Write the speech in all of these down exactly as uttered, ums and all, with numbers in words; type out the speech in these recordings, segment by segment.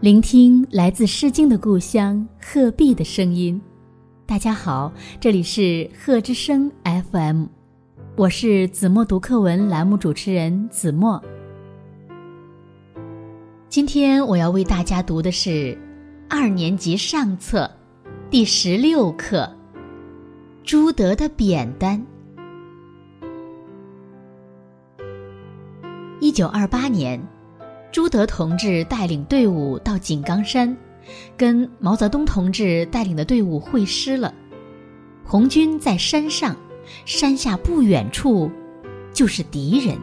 聆听来自诗经的故乡鹤壁的声音。大家好，这里是鹤之声 F M， 我是子墨读课文栏目主持人子墨。今天我要为大家读的是二年级上册第十六课朱德的扁担。一九二八年，朱德同志带领队伍到井冈山，跟毛泽东同志带领的队伍会师了。红军在山上，山下不远处就是敌人。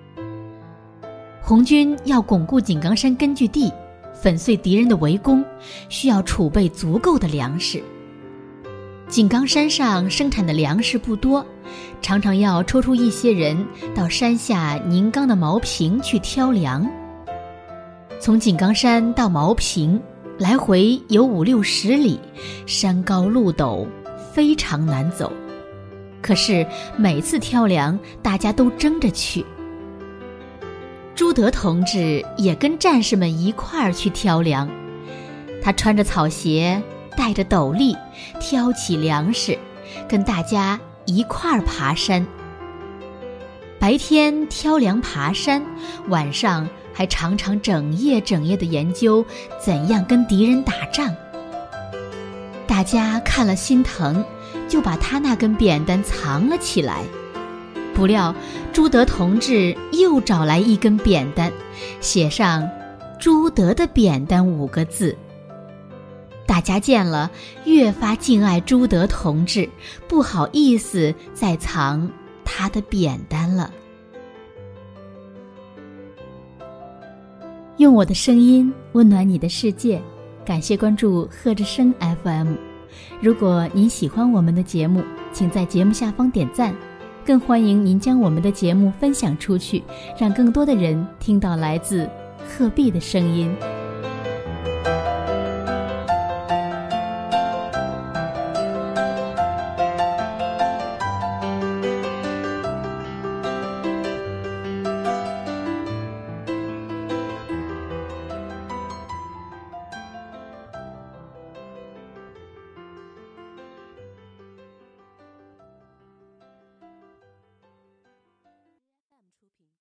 红军要巩固井冈山根据地，粉碎敌人的围攻，需要储备足够的粮食。井冈山上生产的粮食不多，常常要抽出一些人到山下宁冈的茅坪去挑粮。从井冈山到茅坪来回有五六十里，山高路陡，非常难走。可是每次挑粮大家都争着去。朱德同志也跟战士们一块儿去挑粮，他穿着草鞋，戴着斗笠，挑起粮食，跟大家一块儿爬山。白天挑粮爬山，晚上还常常整夜整夜地研究怎样跟敌人打仗。大家看了心疼，就把他那根扁担藏了起来。不料朱德同志又找来一根扁担，写上朱德的扁担五个字。大家见了越发敬爱朱德同志，不好意思再藏他的扁担了。用我的声音温暖你的世界，感谢关注鹤之声 F M。 如果您喜欢我们的节目，请在节目下方点赞，更欢迎您将我们的节目分享出去，让更多的人听到来自鹤壁的声音。